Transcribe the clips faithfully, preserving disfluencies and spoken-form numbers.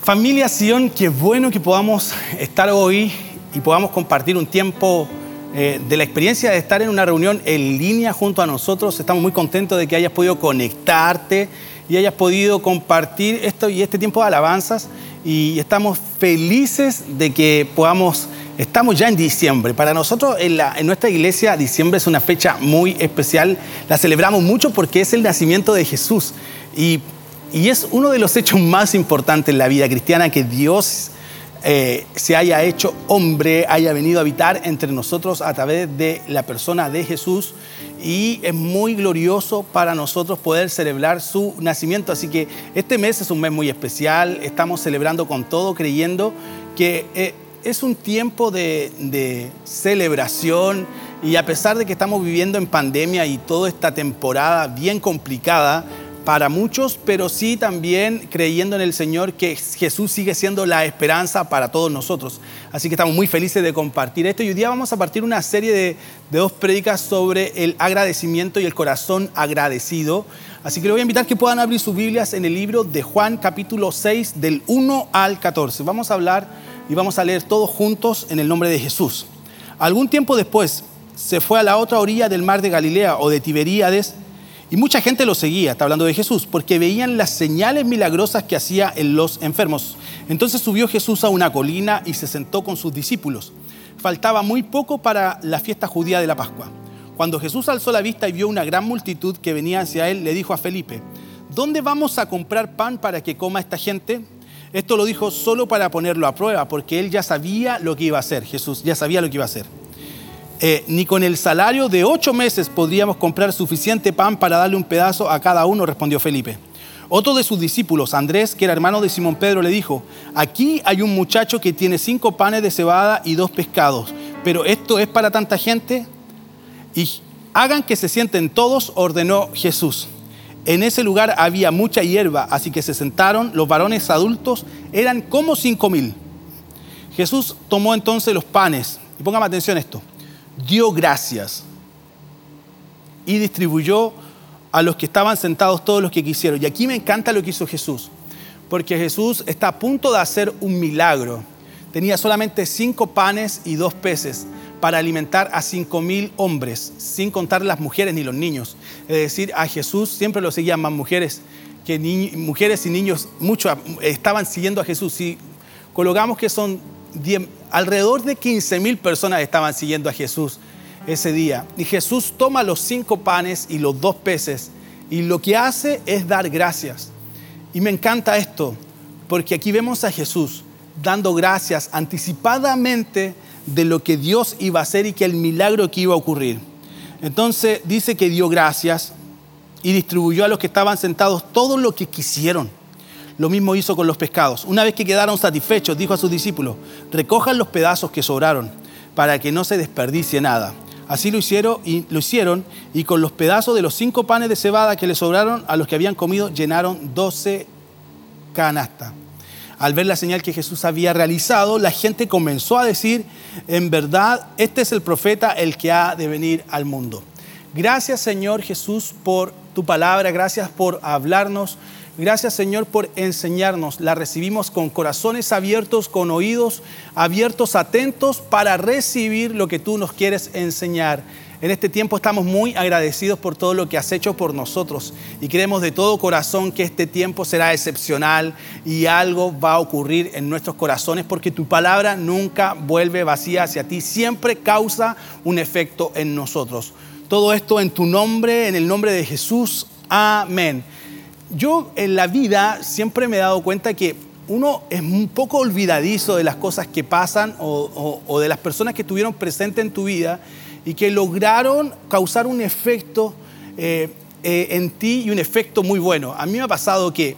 Familia Sion, qué bueno que podamos estar hoy y podamos compartir un tiempo eh, de la experiencia de estar en una reunión en línea junto a nosotros. Estamos muy contentos de que hayas podido conectarte y hayas podido compartir esto y este tiempo de alabanzas. Y estamos felices de que podamos, estamos ya en diciembre. Para nosotros en, la, en nuestra iglesia diciembre es una fecha muy especial. La celebramos mucho porque es el nacimiento de Jesús. Y Y es uno de los hechos más importantes en la vida cristiana, que Dios eh, se haya hecho hombre, haya venido a habitar entre nosotros a través de la persona de Jesús. Y es muy glorioso para nosotros poder celebrar su nacimiento. Así que este mes es un mes muy especial. Estamos celebrando con todo, creyendo que eh, es un tiempo de, de celebración. Y a pesar de que estamos viviendo en pandemia y toda esta temporada bien complicada para muchos, pero sí también creyendo en el Señor, que Jesús sigue siendo la esperanza para todos nosotros. Así que estamos muy felices de compartir esto. Y hoy día vamos a partir una serie de, de dos prédicas sobre el agradecimiento y el corazón agradecido. Así que les voy a invitar que puedan abrir sus Biblias en el libro de Juan, capítulo seis, del uno al catorce. Vamos a hablar y vamos a leer todos juntos en el nombre de Jesús. Algún tiempo después se fue a la otra orilla del mar de Galilea o de Tiberíades, y mucha gente lo seguía, está hablando de Jesús, porque veían las señales milagrosas que hacía en los enfermos. Entonces subió Jesús a una colina y se sentó con sus discípulos. Faltaba muy poco para la fiesta judía de la Pascua. Cuando Jesús alzó la vista y vio una gran multitud que venía hacia él, le dijo a Felipe: ¿dónde vamos a comprar pan para que coma esta gente? Esto lo dijo solo para ponerlo a prueba, porque él ya sabía lo que iba a hacer. Jesús ya sabía lo que iba a hacer. Eh, ni con el salario de ocho meses podríamos comprar suficiente pan para darle un pedazo a cada uno, respondió Felipe. Otro de sus discípulos, Andrés, que era hermano de Simón Pedro, le dijo: aquí hay un muchacho que tiene cinco panes de cebada y dos pescados, pero ¿esto es para tanta gente? Y hagan que se sienten todos, ordenó Jesús. En ese lugar había mucha hierba, así que se sentaron. Los varones adultos eran como cinco mil. Jesús tomó entonces los panes, y póngame atención a esto, dio gracias y distribuyó a los que estaban sentados todos los que quisieron. Y aquí me encanta lo que hizo Jesús, porque Jesús está a punto de hacer un milagro. Tenía solamente cinco panes y dos peces para alimentar a cinco mil hombres, sin contar las mujeres ni los niños. Es decir, a Jesús siempre lo seguían más mujeres que ni, mujeres y niños. Muchos estaban siguiendo a Jesús. Si colocamos que son diez, alrededor de quince mil personas estaban siguiendo a Jesús ese día. Y Jesús toma los cinco panes y los dos peces y lo que hace es dar gracias. Y me encanta esto, porque aquí vemos a Jesús dando gracias anticipadamente de lo que Dios iba a hacer y que el milagro que iba a ocurrir. Entonces dice que dio gracias y distribuyó a los que estaban sentados todo lo que quisieron. Lo mismo hizo con los pescados. Una vez que quedaron satisfechos, dijo a sus discípulos: recojan los pedazos que sobraron para que no se desperdicie nada. Así lo hicieron y, lo hicieron, y con los pedazos de los cinco panes de cebada que les sobraron a los que habían comido, llenaron doce canastas. Al ver la señal que Jesús había realizado, la gente comenzó a decir: en verdad, este es el profeta, el que ha de venir al mundo. Gracias, Señor Jesús, por tu palabra. Gracias por hablarnos. Gracias, Señor, por enseñarnos. La recibimos con corazones abiertos, con oídos abiertos, atentos para recibir lo que tú nos quieres enseñar. En este tiempo estamos muy agradecidos por todo lo que has hecho por nosotros y creemos de todo corazón que este tiempo será excepcional y algo va a ocurrir en nuestros corazones, porque tu palabra nunca vuelve vacía hacia ti, siempre causa un efecto en nosotros. Todo esto en tu nombre, en el nombre de Jesús. Amén. Yo en la vida siempre me he dado cuenta que uno es un poco olvidadizo de las cosas que pasan o, o, o de las personas que estuvieron presentes en tu vida y que lograron causar un efecto eh, eh, en ti y un efecto muy bueno. A mí me ha pasado que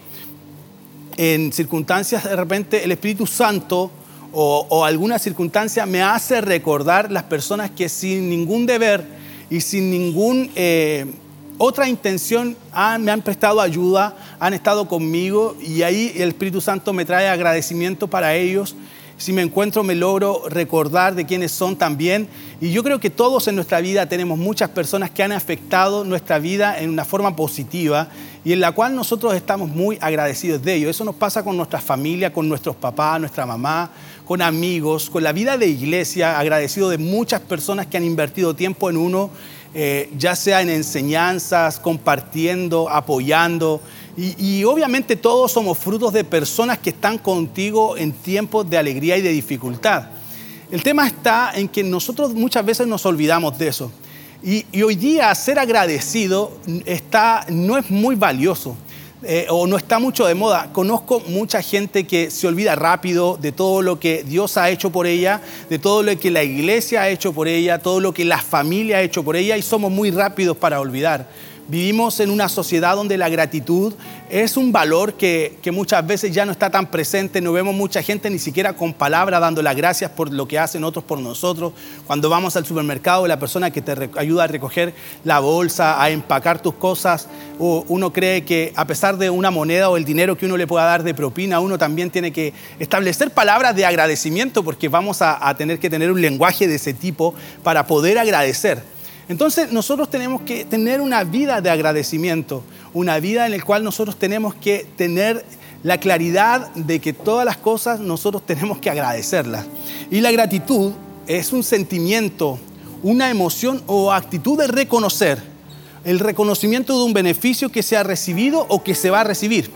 en circunstancias de repente el Espíritu Santo o, o alguna circunstancia me hace recordar las personas que sin ningún deber y sin ningún... Eh, otra intención, han, me han prestado ayuda, han estado conmigo y ahí el Espíritu Santo me trae agradecimiento para ellos Si me encuentro, me logro recordar de quiénes son también. Y yo creo que todos en nuestra vida tenemos muchas personas que han afectado nuestra vida en una forma positiva y en la cual nosotros estamos muy agradecidos de ello. Eso nos pasa con nuestra familia, con nuestros papás, nuestra mamá, con amigos, con la vida de iglesia, agradecido de muchas personas que han invertido tiempo en uno, eh, ya sea en enseñanzas, compartiendo, apoyando. Y, y obviamente todos somos frutos de personas que están contigo en tiempos de alegría y de dificultad. El tema está en que nosotros muchas veces nos olvidamos de eso. Y, y hoy día ser agradecido está, no es muy valioso eh, o no está mucho de moda. Conozco mucha gente que se olvida rápido de todo lo que Dios ha hecho por ella, de todo lo que la iglesia ha hecho por ella, todo lo que la familia ha hecho por ella y somos muy rápidos para olvidar. Vivimos en una sociedad donde la gratitud es un valor que, que muchas veces ya no está tan presente. No vemos mucha gente ni siquiera con palabras dando las gracias por lo que hacen otros por nosotros. Cuando vamos al supermercado, la persona que te ayuda a recoger la bolsa, a empacar tus cosas, uno cree que a pesar de una moneda o el dinero que uno le pueda dar de propina, uno también tiene que establecer palabras de agradecimiento porque vamos a, a tener que tener un lenguaje de ese tipo para poder agradecer. Entonces nosotros tenemos que tener una vida de agradecimiento, una vida en la cual nosotros tenemos que tener la claridad de que todas las cosas nosotros tenemos que agradecerlas. Y la gratitud es un sentimiento, una emoción o actitud de reconocer, el reconocimiento de un beneficio que se ha recibido o que se va a recibir.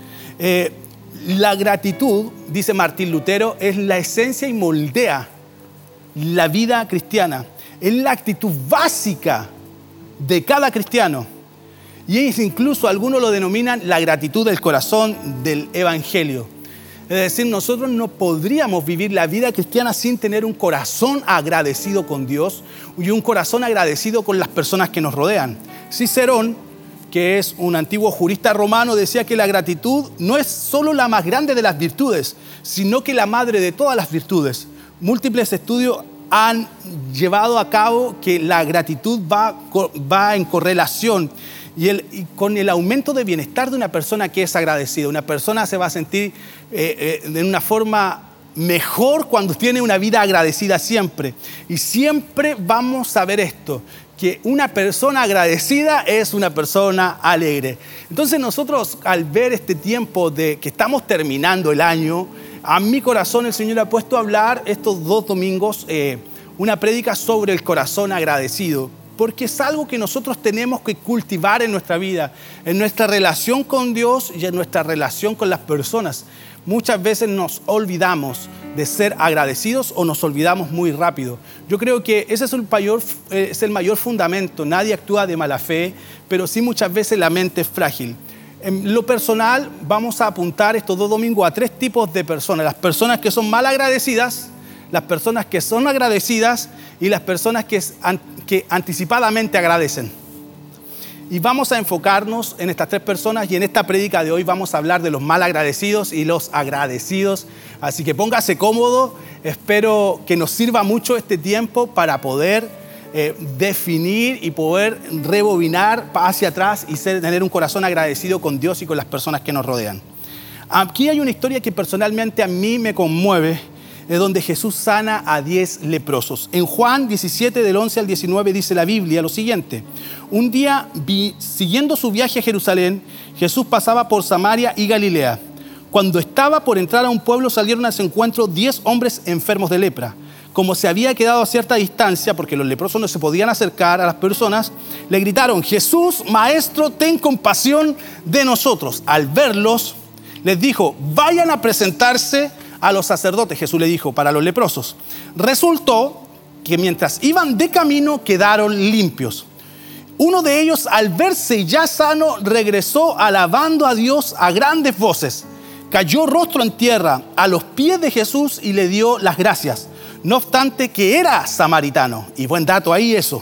Eh, la gratitud, dice Martín Lutero, es la esencia y moldea la vida cristiana. Es la actitud básica de cada cristiano. Y es incluso, algunos lo denominan la gratitud del corazón del evangelio. Es decir, nosotros no podríamos vivir la vida cristiana sin tener un corazón agradecido con Dios y un corazón agradecido con las personas que nos rodean. Cicerón, que es un antiguo jurista romano, decía que la gratitud no es solo la más grande de las virtudes, sino que la madre de todas las virtudes. Múltiples estudios han llevado a cabo que la gratitud va, va en correlación y, el, y con el aumento de bienestar de una persona que es agradecida. Una persona se va a sentir eh, eh, de una forma mejor cuando tiene una vida agradecida siempre. Y siempre vamos a ver esto, que una persona agradecida es una persona alegre. Entonces nosotros al ver este tiempo de que estamos terminando el año, a mi corazón el Señor ha puesto a hablar estos dos domingos eh, una prédica sobre el corazón agradecido, porque es algo que nosotros tenemos que cultivar en nuestra vida, en nuestra relación con Dios y en nuestra relación con las personas. Muchas veces nos olvidamos de ser agradecidos o nos olvidamos muy rápido. Yo creo que ese es el mayor, es el mayor fundamento. Nadie actúa de mala fe, pero sí muchas veces la mente es frágil. En lo personal, vamos a apuntar estos dos domingos a tres tipos de personas. Las personas que son mal agradecidas, las personas que son agradecidas y las personas que, que anticipadamente agradecen. Y vamos a enfocarnos en estas tres personas y en esta prédica de hoy vamos a hablar de los mal agradecidos y los agradecidos. Así que póngase cómodo. Espero que nos sirva mucho este tiempo para poder Eh, definir y poder rebobinar hacia atrás y ser, tener un corazón agradecido con Dios y con las personas que nos rodean. Aquí hay una historia que personalmente a mí me conmueve, es donde Jesús sana a diez leprosos. En Juan diecisiete, del once al diecinueve, dice la Biblia lo siguiente: un día, vi, siguiendo su viaje a Jerusalén, Jesús pasaba por Samaria y Galilea. Cuando estaba por entrar a un pueblo, salieron a su encuentro diez hombres enfermos de lepra. Como se había quedado a cierta distancia, porque los leprosos no se podían acercar a las personas, le gritaron: Jesús, Maestro, ten compasión de nosotros. Al verlos, les dijo: vayan a presentarse a los sacerdotes. Jesús le dijo para los leprosos. Resultó que mientras iban de camino, quedaron limpios. Uno de ellos, al verse ya sano, regresó alabando a Dios a grandes voces. Cayó rostro en tierra a los pies de Jesús y le dio las gracias. No obstante que era samaritano. Y buen dato ahí eso.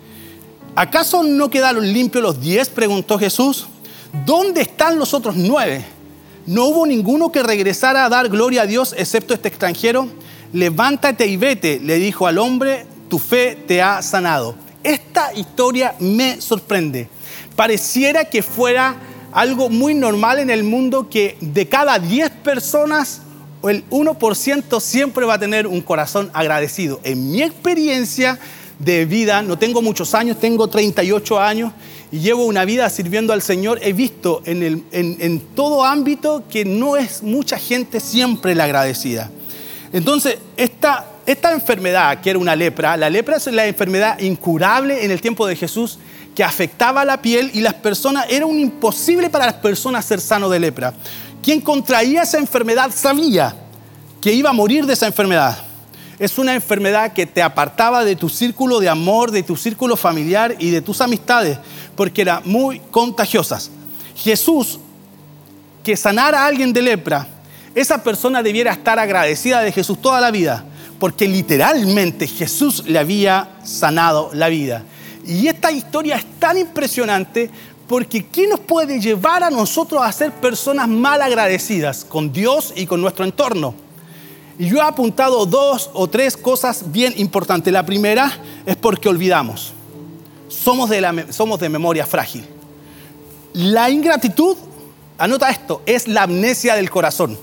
¿Acaso no quedaron limpios los diez?, preguntó Jesús. ¿Dónde están los otros nueve? ¿No hubo ninguno que regresara a dar gloria a Dios excepto este extranjero? Levántate y vete, le dijo al hombre, tu fe te ha sanado. Esta historia me sorprende. Pareciera que fuera algo muy normal en el mundo que de cada diez personas, el uno por ciento siempre va a tener un corazón agradecido. En mi experiencia de vida, no tengo muchos años, tengo treinta y ocho años y llevo una vida sirviendo al Señor. He visto en, el, en, en todo ámbito que no es mucha gente siempre la agradecida. Entonces, esta, esta enfermedad, que era una lepra, la lepra es la enfermedad incurable en el tiempo de Jesús, que afectaba la piel y las personas, era un imposible para las personas ser sano de lepra. Quien contraía esa enfermedad sabía que iba a morir de esa enfermedad. Es una enfermedad que te apartaba de tu círculo de amor, de tu círculo familiar y de tus amistades, porque eran muy contagiosas. Jesús, que sanara a alguien de lepra, esa persona debiera estar agradecida de Jesús toda la vida, porque literalmente Jesús le había sanado la vida. Y esta historia es tan impresionante porque ¿qué nos puede llevar a nosotros a ser personas mal agradecidas con Dios y con nuestro entorno? Y yo he apuntado dos o tres cosas bien importantes. La primera es porque olvidamos. Somos de, la, somos de memoria frágil. La ingratitud, anota esto, es la amnesia del corazón.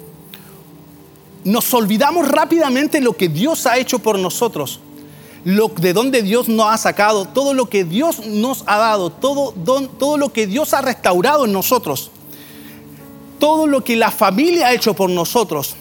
Nos olvidamos rápidamente lo que Dios ha hecho por nosotros, lo, de dónde Dios nos ha sacado, todo lo que Dios nos ha dado, todo, don, todo lo que Dios ha restaurado en nosotros, todo lo que la familia ha hecho por nosotros,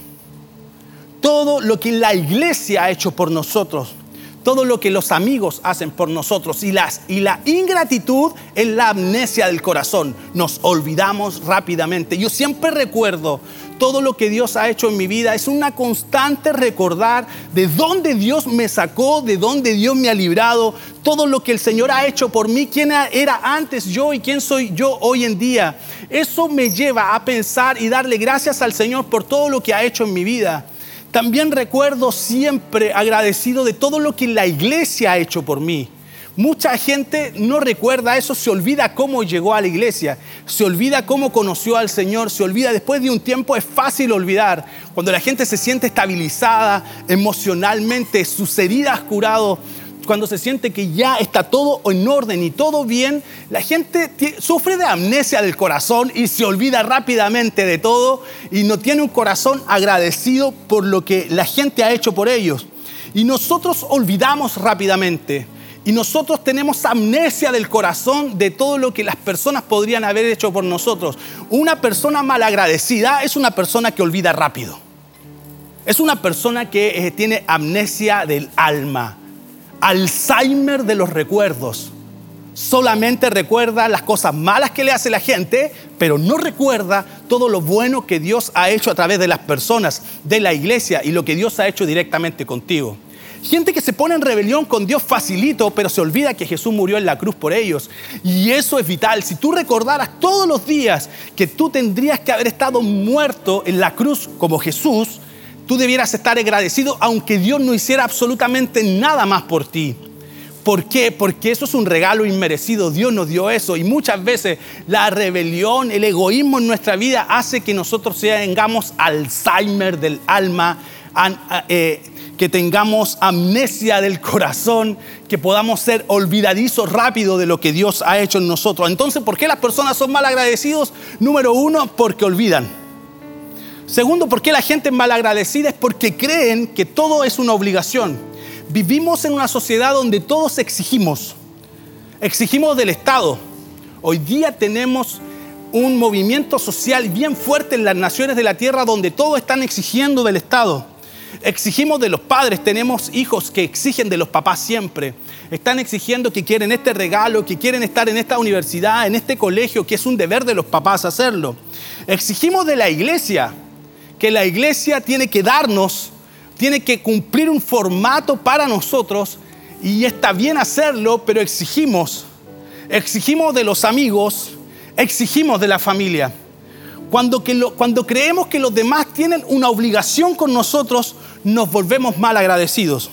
todo lo que la iglesia ha hecho por nosotros, todo lo que los amigos hacen por nosotros. Y, las, y la ingratitud es la amnesia del corazón. Nos olvidamos rápidamente. Yo siempre recuerdo todo lo que Dios ha hecho en mi vida. Es una constante recordar de dónde Dios me sacó, de dónde Dios me ha librado, todo lo que el Señor ha hecho por mí, quién era antes yo y quién soy yo hoy en día. Eso me lleva a pensar y darle gracias al Señor por todo lo que ha hecho en mi vida. También recuerdo siempre agradecido de todo lo que la iglesia ha hecho por mí. Mucha gente no recuerda eso, se olvida cómo llegó a la iglesia, se olvida cómo conoció al Señor, se olvida después de un tiempo. Es fácil olvidar. Cuando la gente se siente estabilizada emocionalmente, sus heridas curadas, cuando se siente que ya está todo en orden y todo bien, la gente t- sufre de amnesia del corazón y se olvida rápidamente de todo y no tiene un corazón agradecido por lo que la gente ha hecho por ellos. Y nosotros olvidamos rápidamente y nosotros tenemos amnesia del corazón de todo lo que las personas podrían haber hecho por nosotros. Una persona malagradecida es una persona que olvida rápido. Es una persona que eh, tiene amnesia del alma. Alzheimer de los recuerdos. Solamente recuerda las cosas malas que le hace la gente, pero no recuerda todo lo bueno que Dios ha hecho a través de las personas, de la iglesia y lo que Dios ha hecho directamente contigo. Gente que se pone en rebelión con Dios facilito, pero se olvida que Jesús murió en la cruz por ellos. Y eso es vital. Si tú recordaras todos los días que tú tendrías que haber estado muerto en la cruz como Jesús, tú debieras estar agradecido aunque Dios no hiciera absolutamente nada más por ti. ¿Por qué? Porque eso es un regalo inmerecido. Dios nos dio eso. Y muchas veces la rebelión, el egoísmo en nuestra vida hace que nosotros tengamos Alzheimer del alma, eh, que tengamos amnesia del corazón, que podamos ser olvidadizos rápido de lo que Dios ha hecho en nosotros. Entonces, ¿por qué las personas son mal agradecidos? Número uno, porque olvidan. Segundo, ¿por qué la gente es malagradecida? Es porque creen que todo es una obligación. Vivimos en una sociedad donde todos exigimos. Exigimos del Estado. Hoy día tenemos un movimiento social bien fuerte en las naciones de la tierra donde todos están exigiendo del Estado. Exigimos de los padres, tenemos hijos que exigen de los papás siempre. Están exigiendo que quieren este regalo, que quieren estar en esta universidad, en este colegio, que es un deber de los papás hacerlo. Exigimos de la iglesia, que la iglesia tiene que darnos, tiene que cumplir un formato para nosotros y está bien hacerlo, pero exigimos, exigimos de los amigos, exigimos de la familia. Cuando, que lo, cuando creemos que los demás tienen una obligación con nosotros, nos volvemos mal agradecidos.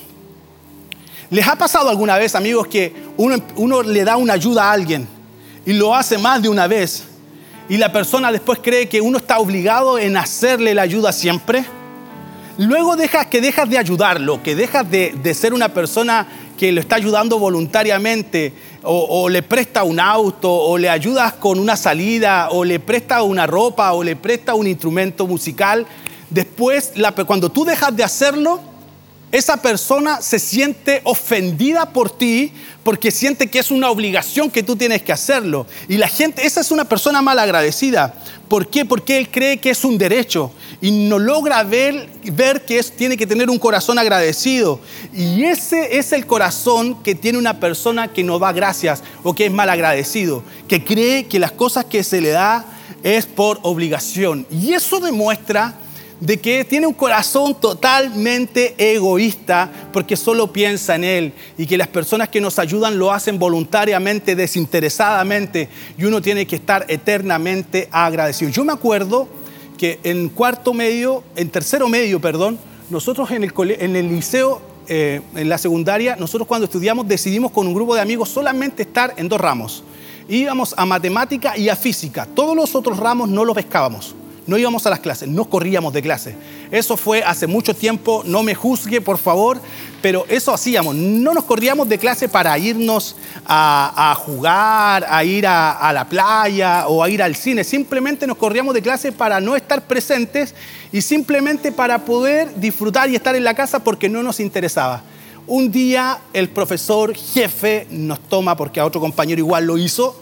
¿Les ha pasado alguna vez, amigos, que uno, uno le da una ayuda a alguien y lo hace más de una vez y la persona después cree que uno está obligado en hacerle la ayuda siempre? Luego dejas que dejas de ayudarlo, que dejas de, de ser una persona que lo está ayudando voluntariamente, o, o le presta un auto, o le ayudas con una salida, o le presta una ropa, o le presta un instrumento musical, después, la, cuando tú dejas de hacerlo, esa persona se siente ofendida por ti porque siente que es una obligación que tú tienes que hacerlo. Y la gente, esa es una persona mal agradecida. ¿Por qué? Porque él cree que es un derecho y no logra ver, ver que es, tiene que tener un corazón agradecido. Y ese es el corazón que tiene una persona que no da gracias o que es mal agradecido, que cree que las cosas que se le da es por obligación. Y eso demuestra de que tiene un corazón totalmente egoísta porque solo piensa en él, y que las personas que nos ayudan lo hacen voluntariamente, desinteresadamente, y uno tiene que estar eternamente agradecido. Yo me acuerdo que en cuarto medio, en tercero medio, perdón, nosotros en el, en el liceo, eh, en la secundaria, nosotros cuando estudiamos decidimos con un grupo de amigos solamente estar en dos ramos. Íbamos a matemática y a física. Todos los otros ramos no los pescábamos. No íbamos a las clases, no corríamos de clase. Eso fue hace mucho tiempo, no me juzgue, por favor, pero eso hacíamos. No nos corríamos de clase para irnos a, a jugar, a ir a, a la playa o a ir al cine. Simplemente nos corríamos de clase para no estar presentes y simplemente para poder disfrutar y estar en la casa porque no nos interesaba. Un día el profesor jefe nos toma, porque a otro compañero igual lo hizo,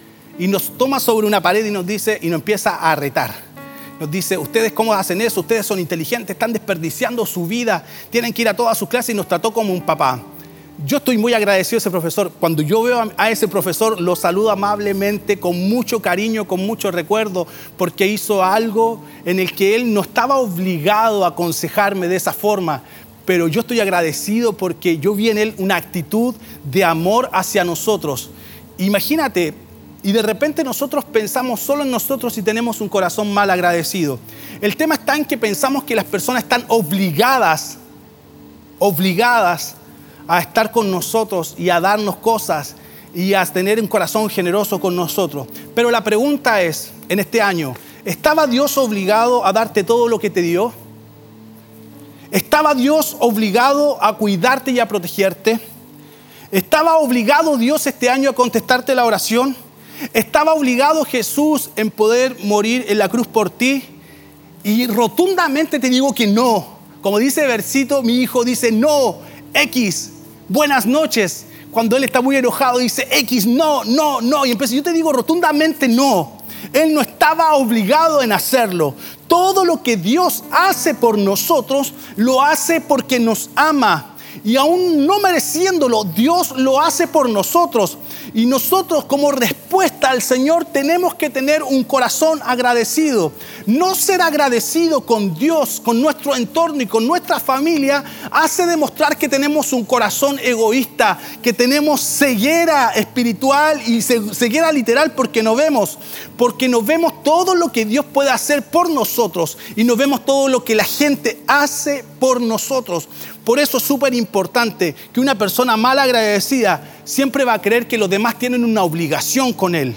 y nos toma sobre una pared y nos dice, y nos empieza a retar. Nos dice, ¿ustedes cómo hacen eso? Ustedes son inteligentes, están desperdiciando su vida, tienen que ir a todas sus clases, y nos trató como un papá. Yo estoy muy agradecido a ese profesor. Cuando yo veo a ese profesor, lo saludo amablemente, con mucho cariño, con mucho recuerdo, porque hizo algo en el que él no estaba obligado a aconsejarme de esa forma, pero yo estoy agradecido porque yo vi en él una actitud de amor hacia nosotros. Imagínate. Y de repente nosotros pensamos solo en nosotros y tenemos un corazón mal agradecido. El tema está en que pensamos que las personas están obligadas, obligadas a estar con nosotros y a darnos cosas y a tener un corazón generoso con nosotros. Pero la pregunta es, en este año, ¿estaba Dios obligado a darte todo lo que te dio? ¿Estaba Dios obligado a cuidarte y a protegerte? ¿Estaba obligado Dios este año a contestarte la oración? ¿Estaba obligado Jesús en poder morir en la cruz por ti? Y rotundamente te digo que no. Como dice el versito, mi hijo dice, no, X, buenas noches. Cuando él está muy enojado dice, X, no, no, no. Y entonces yo te digo rotundamente no. Él no estaba obligado en hacerlo. Todo lo que Dios hace por nosotros, lo hace porque nos ama. Y aún no mereciéndolo, Dios lo hace por nosotros. Y nosotros, como respuesta al Señor, tenemos que tener un corazón agradecido. No ser agradecido con Dios, con nuestro entorno y con nuestra familia hace demostrar que tenemos un corazón egoísta, que tenemos ceguera espiritual y ceguera literal, porque no vemos, porque no vemos todo lo que Dios puede hacer por nosotros y no vemos todo lo que la gente hace por nosotros. Por eso es súper importante que una persona mal agradecida siempre va a creer que los demás tienen una obligación con él.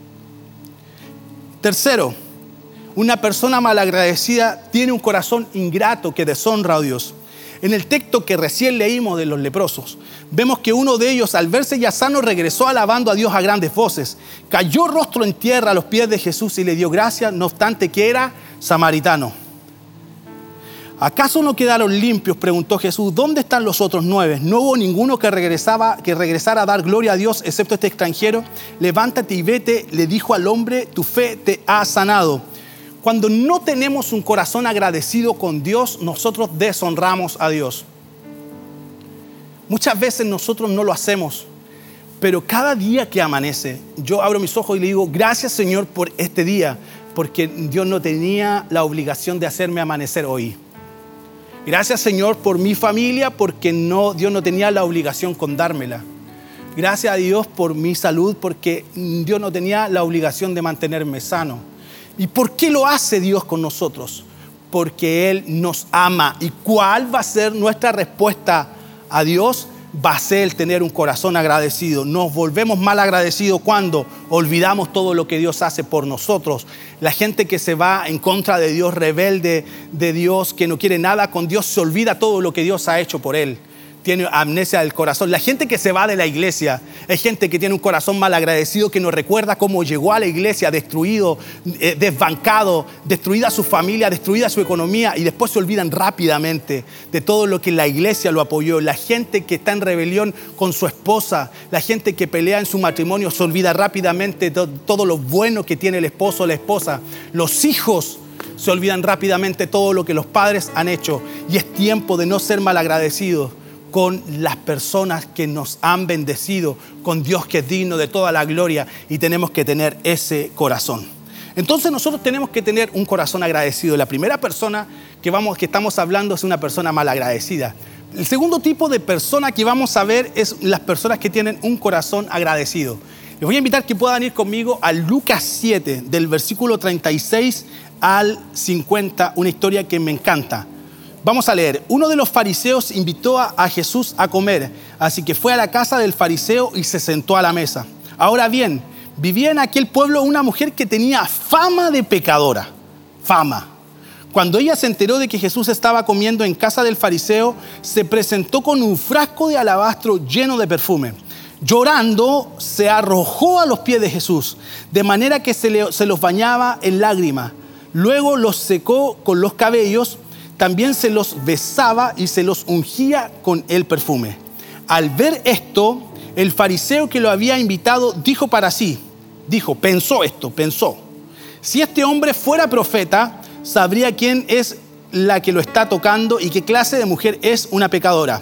Tercero, una persona mal agradecida tiene un corazón ingrato que deshonra a Dios. En el texto que recién leímos de los leprosos, vemos que uno de ellos, al verse ya sano, regresó alabando a Dios a grandes voces. Cayó rostro en tierra a los pies de Jesús y le dio gracias, no obstante que era samaritano. ¿Acaso no quedaron limpios?, preguntó Jesús. ¿Dónde están los otros nueve? ¿No hubo ninguno que regresaba, que regresara a dar gloria a Dios, excepto este extranjero? Levántate y vete, le dijo al hombre, tu fe te ha sanado. Cuando no tenemos un corazón agradecido con Dios, nosotros deshonramos a Dios. Muchas veces nosotros no lo hacemos, pero cada día que amanece, yo abro mis ojos y le digo, gracias Señor por este día, porque Dios no tenía la obligación de hacerme amanecer hoy. Gracias, Señor, por mi familia, porque no, Dios no tenía la obligación con dármela. Gracias a Dios por mi salud, porque Dios no tenía la obligación de mantenerme sano. ¿Y por qué lo hace Dios con nosotros? Porque Él nos ama. ¿Y cuál va a ser nuestra respuesta a Dios? Va a ser el tener un corazón agradecido. Nos volvemos mal agradecidos cuando olvidamos todo lo que Dios hace por nosotros. La gente que se va en contra de Dios, rebelde de Dios, que no quiere nada con Dios, se olvida todo lo que Dios ha hecho por él. tiene amnesia del corazón. La gente que se va de la iglesia es gente que tiene un corazón malagradecido, que nos recuerda cómo llegó a la iglesia destruido, eh, desbancado, destruida su familia, destruida su economía, y después se olvidan rápidamente de todo lo que la iglesia lo apoyó. La gente que está en rebelión con su esposa, la gente que pelea en su matrimonio, se olvida rápidamente de todo lo bueno que tiene el esposo o la esposa. Los hijos se olvidan rápidamente todo lo que los padres han hecho, y es tiempo de no ser malagradecidos con las personas que nos han bendecido, con Dios que es digno de toda la gloria, y tenemos que tener ese corazón. Entonces nosotros tenemos que tener un corazón agradecido. La primera persona que, vamos, que estamos hablando es una persona malagradecida. El segundo tipo de persona que vamos a ver es las personas que tienen un corazón agradecido. Les voy a invitar que puedan ir conmigo a Lucas siete, del versículo treinta y seis al cincuenta, una historia que me encanta. Vamos a leer. Uno de los fariseos invitó a, a Jesús a comer, así que fue a la casa del fariseo y se sentó a la mesa. Ahora bien, vivía en aquel pueblo una mujer que tenía fama de pecadora. Fama. Cuando ella se enteró de que Jesús estaba comiendo en casa del fariseo, se presentó con un frasco de alabastro lleno de perfume. Llorando, se arrojó a los pies de Jesús, de manera que se, le, se los bañaba en lágrimas. Luego los secó con los cabellos. También se los besaba y se los ungía con el perfume. Al ver esto, el fariseo que lo había invitado dijo para sí, dijo, pensó esto, pensó, si este hombre fuera profeta, sabría quién es la que lo está tocando y qué clase de mujer es una pecadora.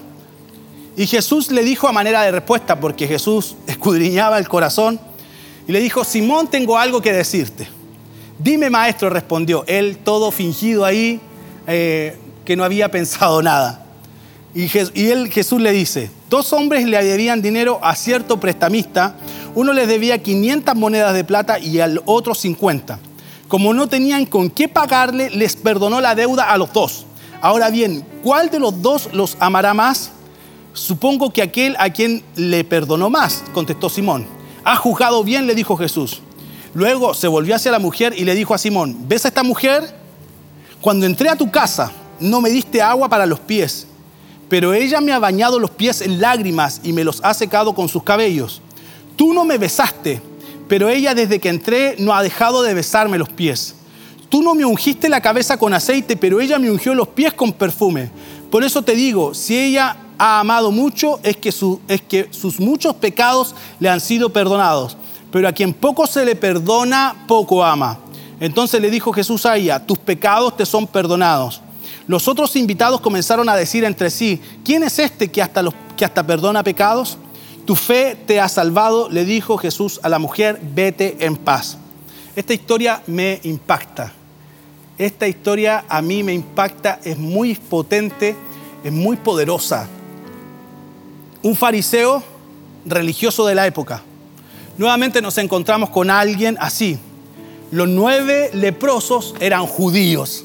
Y Jesús le dijo a manera de respuesta, porque Jesús escudriñaba el corazón, y le dijo, Simón, tengo algo que decirte. Dime, maestro, respondió él, todo fingido ahí, Eh, que no había pensado nada. Y, Je- y él, Jesús le dice, dos hombres le debían dinero a cierto prestamista, uno les debía quinientas monedas de plata y al otro cincuenta. Como no tenían con qué pagarle, les perdonó la deuda a los dos. Ahora bien, ¿cuál de los dos los amará más? Supongo que aquel a quien le perdonó más, contestó Simón. ¿Has juzgado bien?, le dijo Jesús. Luego se volvió hacia la mujer y le dijo a Simón, ¿ves a esta mujer? Cuando entré a tu casa, no me diste agua para los pies, pero ella me ha bañado los pies en lágrimas y me los ha secado con sus cabellos. Tú no me besaste, pero ella desde que entré no ha dejado de besarme los pies. Tú no me ungiste la cabeza con aceite, pero ella me ungió los pies con perfume. Por eso te digo, si ella ha amado mucho, es que, su, es que sus muchos pecados le han sido perdonados. Pero a quien poco se le perdona, poco ama. Entonces le dijo Jesús a ella, tus pecados te son perdonados. Los otros invitados comenzaron a decir entre sí, ¿quién es este que hasta, los, que hasta perdona pecados? Tu fe te ha salvado, le dijo Jesús a la mujer, vete en paz. Esta historia me impacta. Esta historia a mí me impacta, es muy potente, es muy poderosa. Un fariseo religioso de la época. Nuevamente nos encontramos con alguien así. Los nueve leprosos eran judíos.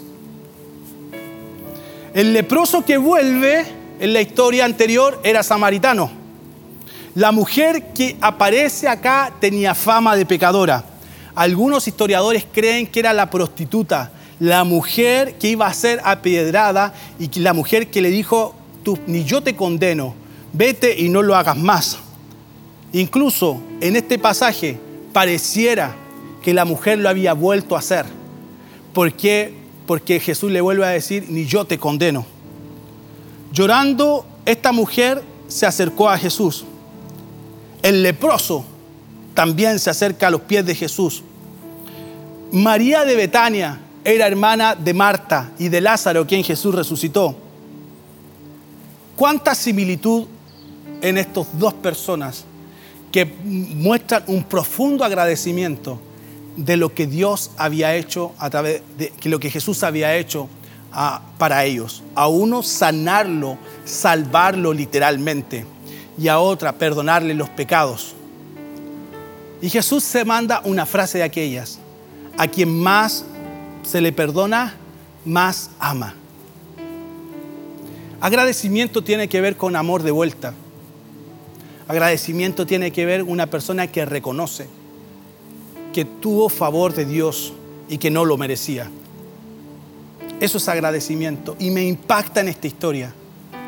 El leproso que vuelve en la historia anterior era samaritano. La mujer que aparece acá tenía fama de pecadora. Algunos historiadores creen que era la prostituta, la mujer que iba a ser apedreada y la mujer que le dijo, tú, ni yo te condeno, vete y no lo hagas más. Incluso en este pasaje pareciera que la mujer lo había vuelto a hacer. ¿Por qué? Porque Jesús le vuelve a decir, ni yo te condeno. Llorando, esta mujer se acercó a Jesús. El leproso también se acerca a los pies de Jesús. María de Betania era hermana de Marta y de Lázaro, quien Jesús resucitó. ¿Cuánta similitud en estas dos personas que muestran un profundo agradecimiento de lo que Dios había hecho a través de que lo que Jesús había hecho uh, para ellos? A uno sanarlo, salvarlo literalmente, y a otra perdonarle los pecados. Y Jesús se manda una frase de aquellas: a quien más se le perdona, más ama. Agradecimiento tiene que ver con amor de vuelta. Agradecimiento tiene que ver con una persona que reconoce que tuvo favor de Dios y que no lo merecía. Eso es agradecimiento y me impacta en esta historia.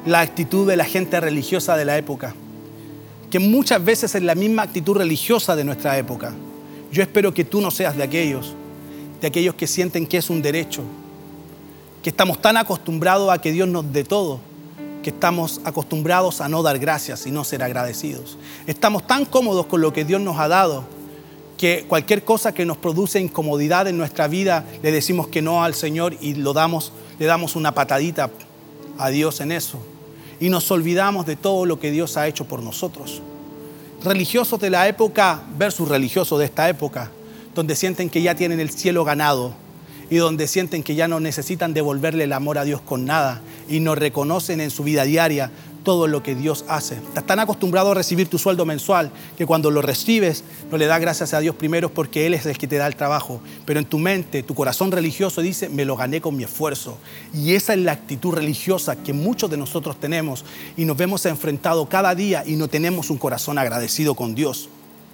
la actitud de la gente religiosa de la época, que muchas veces es la misma actitud religiosa de nuestra época. Yo espero que tú no seas de aquellos, de aquellos que sienten que es un derecho, que estamos tan acostumbrados a que Dios nos dé todo, que estamos acostumbrados a no dar gracias y no ser agradecidos. Estamos tan cómodos con lo que Dios nos ha dado, que cualquier cosa que nos produce incomodidad en nuestra vida, le decimos que no al Señor y lo damos, le damos una patadita a Dios en eso. Y nos olvidamos de todo lo que Dios ha hecho por nosotros. Religiosos de la época versus religiosos de esta época, donde sienten que ya tienen el cielo ganado y donde sienten que ya no necesitan devolverle el amor a Dios con nada y no reconocen en su vida diaria todo lo que Dios hace. Estás tan acostumbrado a recibir tu sueldo mensual que cuando lo recibes no le das gracias a Dios primero porque Él es el que te da el trabajo. Pero en tu mente, tu corazón religioso dice, me lo gané con mi esfuerzo. Y esa es la actitud religiosa que muchos de nosotros tenemos y nos vemos enfrentados cada día y no tenemos un corazón agradecido con Dios.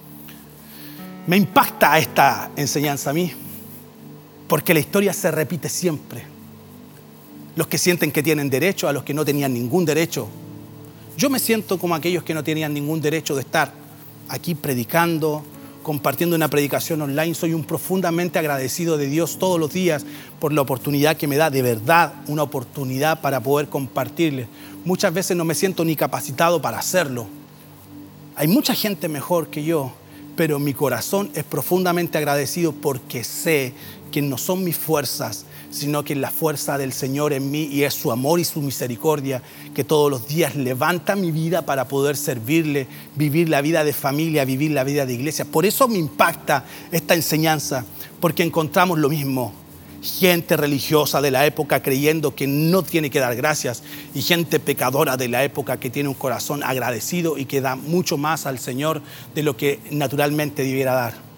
Me impacta esta enseñanza a mí porque la historia se repite siempre. Los que sienten que tienen derecho a los que no tenían ningún derecho. Yo me siento como aquellos que no tenían ningún derecho de estar aquí predicando, compartiendo una predicación online. Soy un profundamente agradecido de Dios todos los días por la oportunidad que me da, de verdad, una oportunidad para poder compartirle. Muchas veces no me siento ni capacitado para hacerlo. Hay mucha gente mejor que yo, pero mi corazón es profundamente agradecido porque sé que no son mis fuerzas, sino que es la fuerza del Señor en mí y es su amor y su misericordia que todos los días levanta mi vida para poder servirle, vivir la vida de familia, vivir la vida de iglesia. Por eso me impacta esta enseñanza, porque encontramos lo mismo. Gente religiosa de la época creyendo que no tiene que dar gracias y gente pecadora de la época que tiene un corazón agradecido y que da mucho más al Señor de lo que naturalmente debiera dar.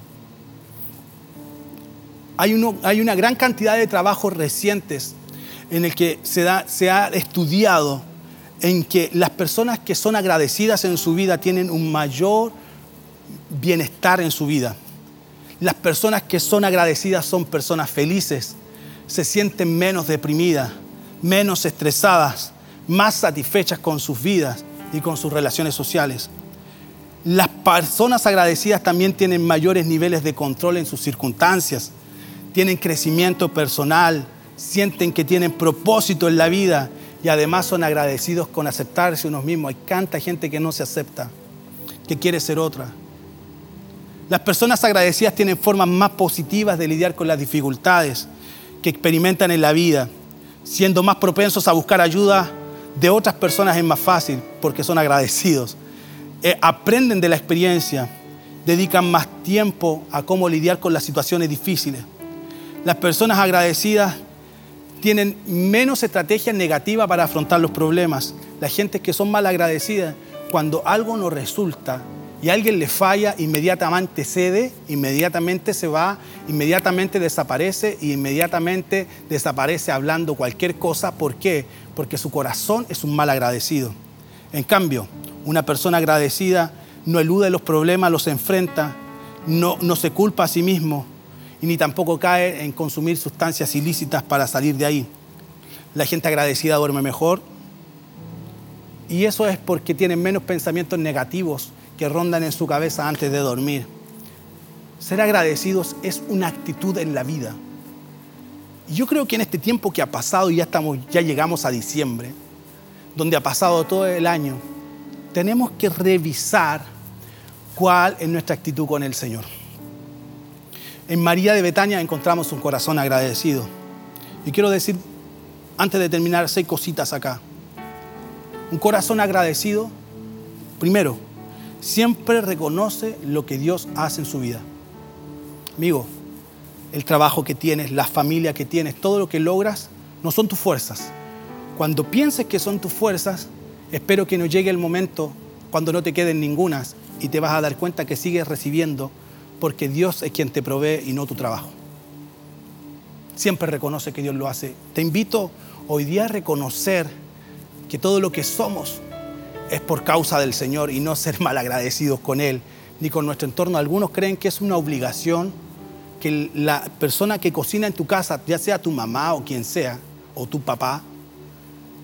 Hay, uno, hay una gran cantidad de trabajos recientes en el que se, da, se ha estudiado en que las personas que son agradecidas en su vida tienen un mayor bienestar en su vida. Las personas que son agradecidas son personas felices, se sienten menos deprimidas, menos estresadas, más satisfechas con sus vidas y con sus relaciones sociales. Las personas agradecidas también tienen mayores niveles de control en sus circunstancias, tienen crecimiento personal, sienten que tienen propósito en la vida y además son agradecidos con aceptarse unos mismos. Hay tanta gente que no se acepta, que quiere ser otra. Las personas agradecidas tienen formas más positivas de lidiar con las dificultades que experimentan en la vida, siendo más propensos a buscar ayuda de otras personas es más fácil porque son agradecidos. Eh, aprenden de la experiencia, dedican más tiempo a cómo lidiar con las situaciones difíciles. Las personas agradecidas tienen menos estrategias negativas para afrontar los problemas. Las gentes que son mal agradecidas, cuando algo no resulta y a alguien le falla, inmediatamente cede, inmediatamente se va, inmediatamente desaparece y inmediatamente desaparece hablando cualquier cosa. ¿Por qué? Porque su corazón es un mal agradecido. En cambio, una persona agradecida no elude los problemas, los enfrenta, no, no se culpa a sí mismo y ni tampoco cae en consumir sustancias ilícitas para salir de ahí. La gente agradecida duerme mejor y eso es porque tienen menos pensamientos negativos que rondan en su cabeza antes de dormir. Ser agradecidos es una actitud en la vida. Y yo creo que en este tiempo que ha pasado, y ya, estamos, ya llegamos a diciembre, donde ha pasado todo el año, tenemos que revisar cuál es nuestra actitud con el Señor. En María de Betania encontramos un corazón agradecido. Y quiero decir, antes de terminar, seis cositas acá. Un corazón agradecido, primero, siempre reconoce lo que Dios hace en su vida. Amigo, el trabajo que tienes, la familia que tienes, todo lo que logras, no son tus fuerzas. Cuando pienses que son tus fuerzas, espero que no llegue el momento cuando no te queden ningunas y te vas a dar cuenta que sigues recibiendo porque Dios es quien te provee y no tu trabajo. Siempre reconoce que Dios lo hace. Te invito hoy día a reconocer que todo lo que somos es por causa del Señor y no ser malagradecidos con Él ni con nuestro entorno. Algunos creen que es una obligación que la persona que cocina en tu casa, ya sea tu mamá o quien sea, o tu papá,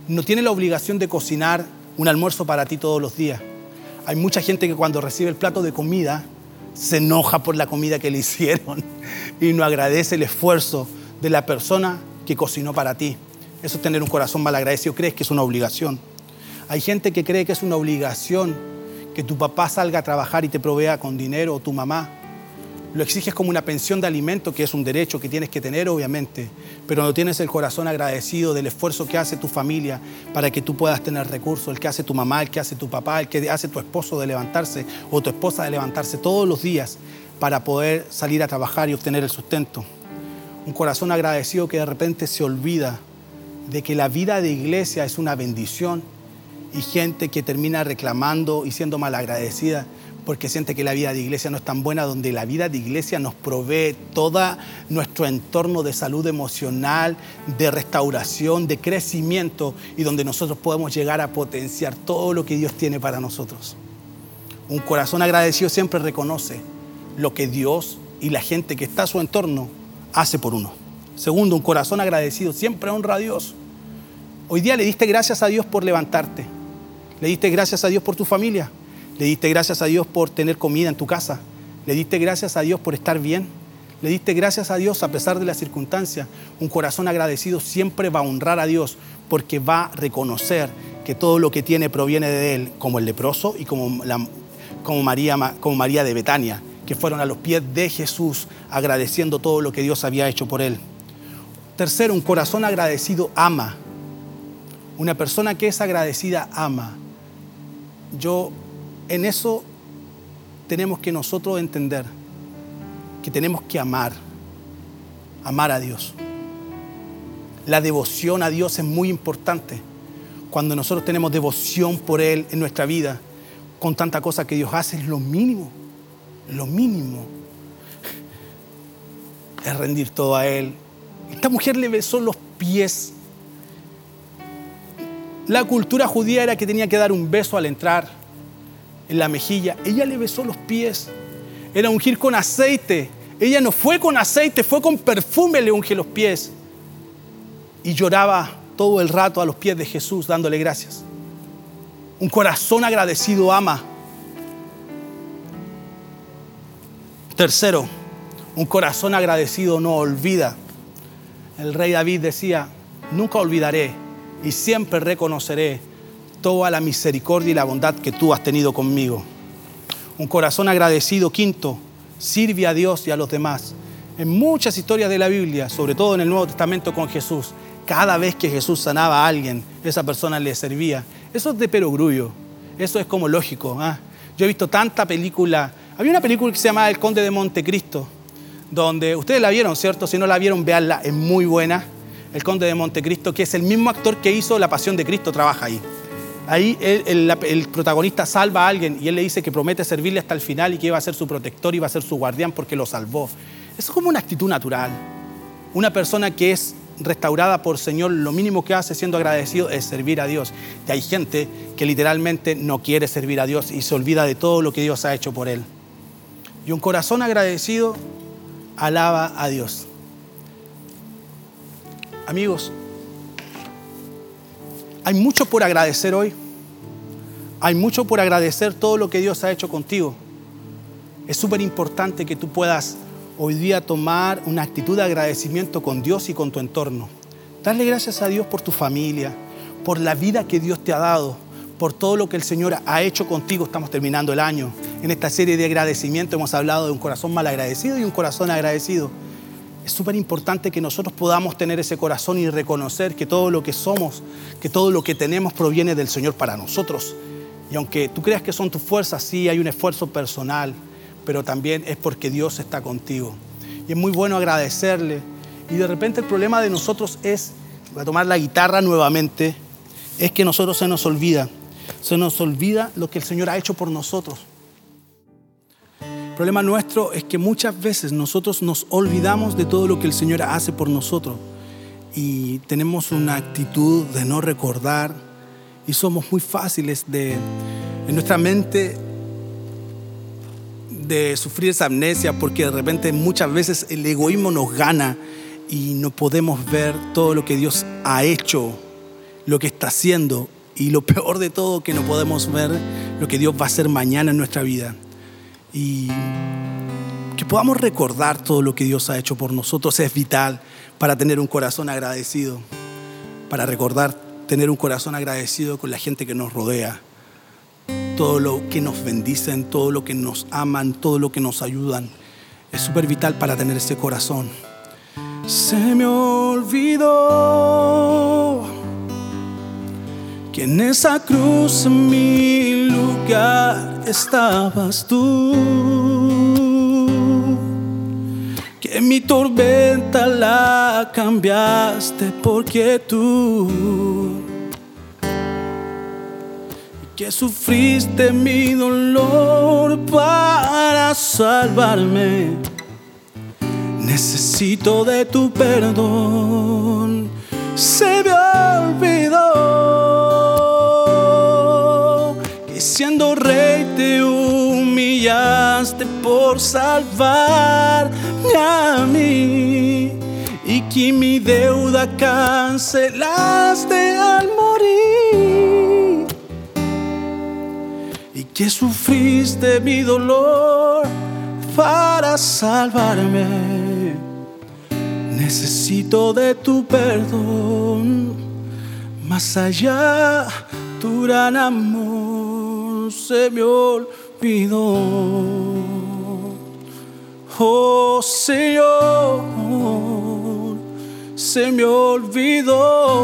no tiene la obligación de cocinar un almuerzo para ti todos los días. Hay mucha gente que cuando recibe el plato de comida se enoja por la comida que le hicieron y no agradece el esfuerzo de la persona que cocinó para ti. Eso es tener un corazón malagradecido. Crees que es una obligación. Hay gente que cree que es una obligación que tu papá salga a trabajar y te provea con dinero, o tu mamá. Lo exiges como una pensión de alimento, que es un derecho que tienes que tener, obviamente, pero no tienes el corazón agradecido del esfuerzo que hace tu familia para que tú puedas tener recursos, el que hace tu mamá, el que hace tu papá, el que hace tu esposo de levantarse o tu esposa de levantarse todos los días para poder salir a trabajar y obtener el sustento. Un corazón agradecido que de repente se olvida de que la vida de iglesia es una bendición, y gente que termina reclamando y siendo malagradecida porque siente que la vida de iglesia no es tan buena, donde la vida de iglesia nos provee todo nuestro entorno de salud emocional, de restauración, de crecimiento, y donde nosotros podemos llegar a potenciar todo lo que Dios tiene para nosotros. Un corazón agradecido siempre reconoce lo que Dios y la gente que está a su entorno hace por uno. Segundo, un corazón agradecido siempre honra a Dios. Hoy día le diste gracias a Dios por levantarte. Le diste gracias a Dios por tu familia. Le diste gracias a Dios por tener comida en tu casa. Le diste gracias a Dios por estar bien. Le diste gracias a Dios a pesar de las circunstancias. Un corazón agradecido siempre va a honrar a Dios porque va a reconocer que todo lo que tiene proviene de Él, como el leproso y como, la, como, María, como María de Betania, que fueron a los pies de Jesús agradeciendo todo lo que Dios había hecho por Él. Tercero, un corazón agradecido ama. Una persona que es agradecida ama. Yo, en eso tenemos que nosotros entender que tenemos que amar, amar a Dios. La devoción a Dios es muy importante. Cuando nosotros tenemos devoción por Él en nuestra vida, con tanta cosa que Dios hace, es lo mínimo, lo mínimo. Es rendir todo a Él. Esta mujer le besó los pies. La cultura judía era que tenía que dar un beso al entrar en la mejilla. Ella le besó los pies. Era ungir con aceite. Ella no fue con aceite, fue con perfume, le unge los pies. Y lloraba todo el rato a los pies de Jesús, dándole gracias. Un corazón agradecido ama. Tercero, un corazón agradecido no olvida. El rey David decía: nunca olvidaré y siempre reconoceré toda la misericordia y la bondad que tú has tenido conmigo. Un corazón agradecido, quinto, sirve a Dios y a los demás. En muchas historias de la Biblia, sobre todo en el Nuevo Testamento con Jesús, cada vez que Jesús sanaba a alguien, esa persona le servía. Eso es de perogrullo, eso es como lógico, ¿eh? Yo he visto tanta película. Había una película que se llamaba El Conde de Montecristo, donde ustedes la vieron, ¿cierto? Si no la vieron, véanla, es muy buena. El Conde de Montecristo, que es el mismo actor que hizo La Pasión de Cristo, trabaja ahí. Ahí el, el, el protagonista salva a alguien y él le dice que promete servirle hasta el final y que iba a ser su protector y va a ser su guardián porque lo salvó. Eso es como una actitud natural. Una persona que es restaurada por Señor, lo mínimo que hace siendo agradecido es servir a Dios. Y hay gente que literalmente no quiere servir a Dios y se olvida de todo lo que Dios ha hecho por él. Y un corazón agradecido alaba a Dios. Amigos, hay mucho por agradecer hoy. Hay mucho por agradecer todo lo que Dios ha hecho contigo. Es súper importante que tú puedas hoy día tomar una actitud de agradecimiento con Dios y con tu entorno. Darle gracias a Dios por tu familia, por la vida que Dios te ha dado, por todo lo que el Señor ha hecho contigo. Estamos terminando el año. En esta serie de agradecimiento hemos hablado de un corazón malagradecido y un corazón agradecido. Es súper importante que nosotros podamos tener ese corazón y reconocer que todo lo que somos, que todo lo que tenemos proviene del Señor para nosotros. Y aunque tú creas que son tus fuerzas, sí hay un esfuerzo personal, pero también es porque Dios está contigo. Y es muy bueno agradecerle. Y de repente el problema de nosotros es, voy a tomar la guitarra nuevamente, es que nosotros se nos olvida, se nos olvida lo que el Señor ha hecho por nosotros. El problema nuestro es que muchas veces nosotros nos olvidamos de todo lo que el Señor hace por nosotros y tenemos una actitud de no recordar y somos muy fáciles de, en nuestra mente, de sufrir esa amnesia porque de repente muchas veces el egoísmo nos gana y no podemos ver todo lo que Dios ha hecho, lo que está haciendo y lo peor de todo, que no podemos ver lo que Dios va a hacer mañana en nuestra vida. Y que podamos recordar todo lo que Dios ha hecho por nosotros es vital para tener un corazón agradecido, para recordar, tener un corazón agradecido con la gente que nos rodea, todo lo que nos bendicen, todo lo que nos aman, todo lo que nos ayudan. Es súper vital para tener ese corazón. Se me olvidó que en esa cruz en mi lugar estabas tú, que mi tormenta la cambiaste porque tú, que sufriste mi dolor para salvarme. Necesito de tu perdón. Se me olvidó que siendo rey te humillaste por salvarme a mí, y que mi deuda cancelaste al morir, y que sufriste mi dolor para salvarme. Necesito de tu perdón. Más allá, tu gran amor se me olvidó. Oh Señor, se me olvidó.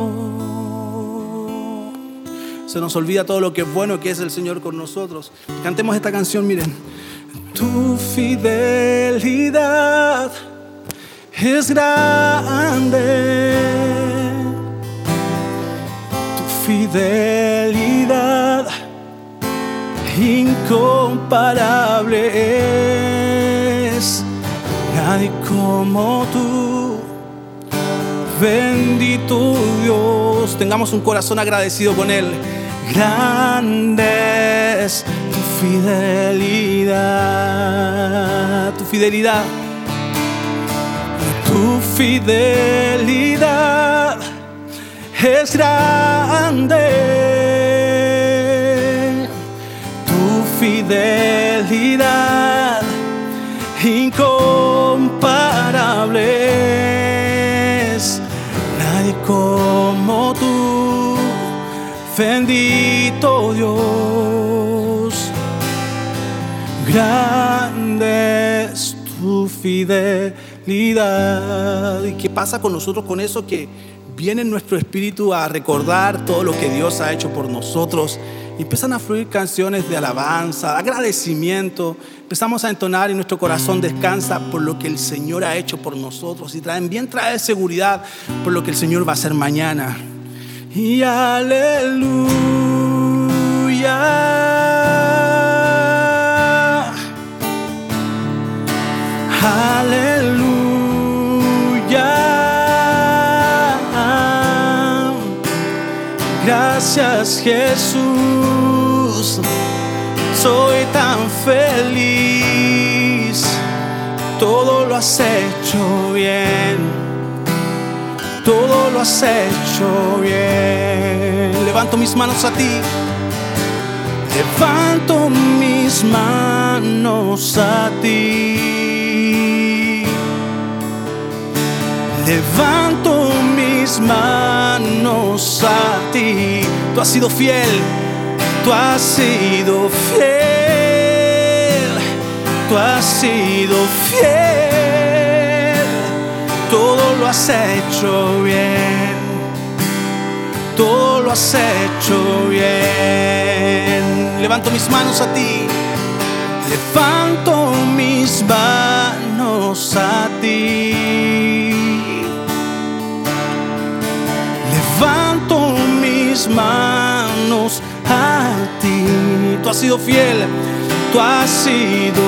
Se nos olvida todo lo que es bueno que es el Señor con nosotros. Cantemos esta canción, miren. Tu fidelidad es grande, tu fidelidad incomparable es. Nadie como tú, bendito Dios. Tengamos un corazón agradecido con Él. Grande es tu fidelidad, tu fidelidad. Tu fidelidad es grande, tu fidelidad incomparable es. Nadie como tú, bendito Dios. Grande es tu fidelidad. ¿Y qué pasa con nosotros con eso? Que viene en nuestro espíritu a recordar todo lo que Dios ha hecho por nosotros. Y empiezan a fluir canciones de alabanza, agradecimiento. Empezamos a entonar y nuestro corazón descansa por lo que el Señor ha hecho por nosotros. Y también trae seguridad por lo que el Señor va a hacer mañana. Y aleluya, aleluya. Gracias Jesús, soy tan feliz. Todo lo has hecho bien, todo lo has hecho bien. Levanto mis manos a ti, levanto mis manos a ti, levanto mis manos a ti. Tú has sido fiel, tú has sido fiel, tú has sido fiel. Todo lo has hecho bien, todo lo has hecho bien. Levanto mis manos a ti, levanto mis manos a ti, levanto mis manos a ti. Tú has sido fiel, tú has sido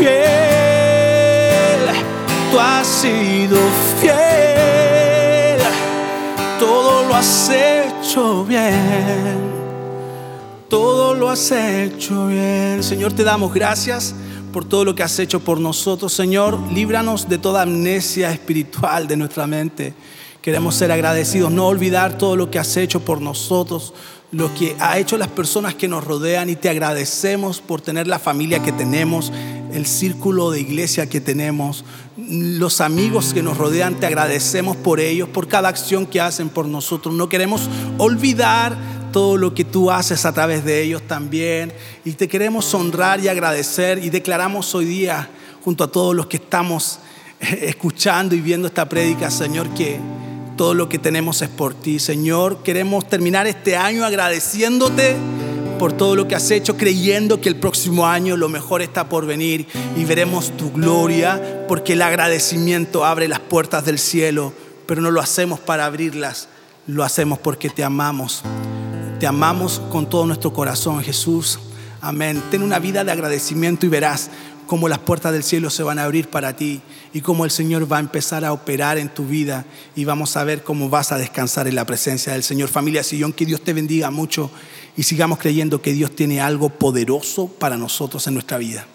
fiel, tú has sido fiel. Todo lo has hecho bien, todo lo has hecho bien. Señor, te damos gracias por todo lo que has hecho por nosotros. Señor, líbranos de toda amnesia espiritual de nuestra mente. Queremos ser agradecidos, no olvidar todo lo que has hecho por nosotros, lo que ha hecho las personas que nos rodean, y te agradecemos por tener la familia que tenemos, el círculo de iglesia que tenemos, los amigos que nos rodean. Te agradecemos por ellos, por cada acción que hacen por nosotros. No queremos olvidar todo lo que tú haces a través de ellos también, y te queremos honrar y agradecer, y declaramos hoy día junto a todos los que estamos escuchando y viendo esta prédica, Señor, que todo lo que tenemos es por ti. Señor, queremos terminar este año agradeciéndote por todo lo que has hecho, creyendo que el próximo año lo mejor está por venir y veremos tu gloria, porque el agradecimiento abre las puertas del cielo, pero no lo hacemos para abrirlas, lo hacemos porque te amamos. Te amamos con todo nuestro corazón, Jesús. Amén. Ten una vida de agradecimiento y verás cómo las puertas del cielo se van a abrir para ti, y cómo el Señor va a empezar a operar en tu vida, y vamos a ver cómo vas a descansar en la presencia del Señor. Familia Sillón, que Dios te bendiga mucho y sigamos creyendo que Dios tiene algo poderoso para nosotros en nuestra vida.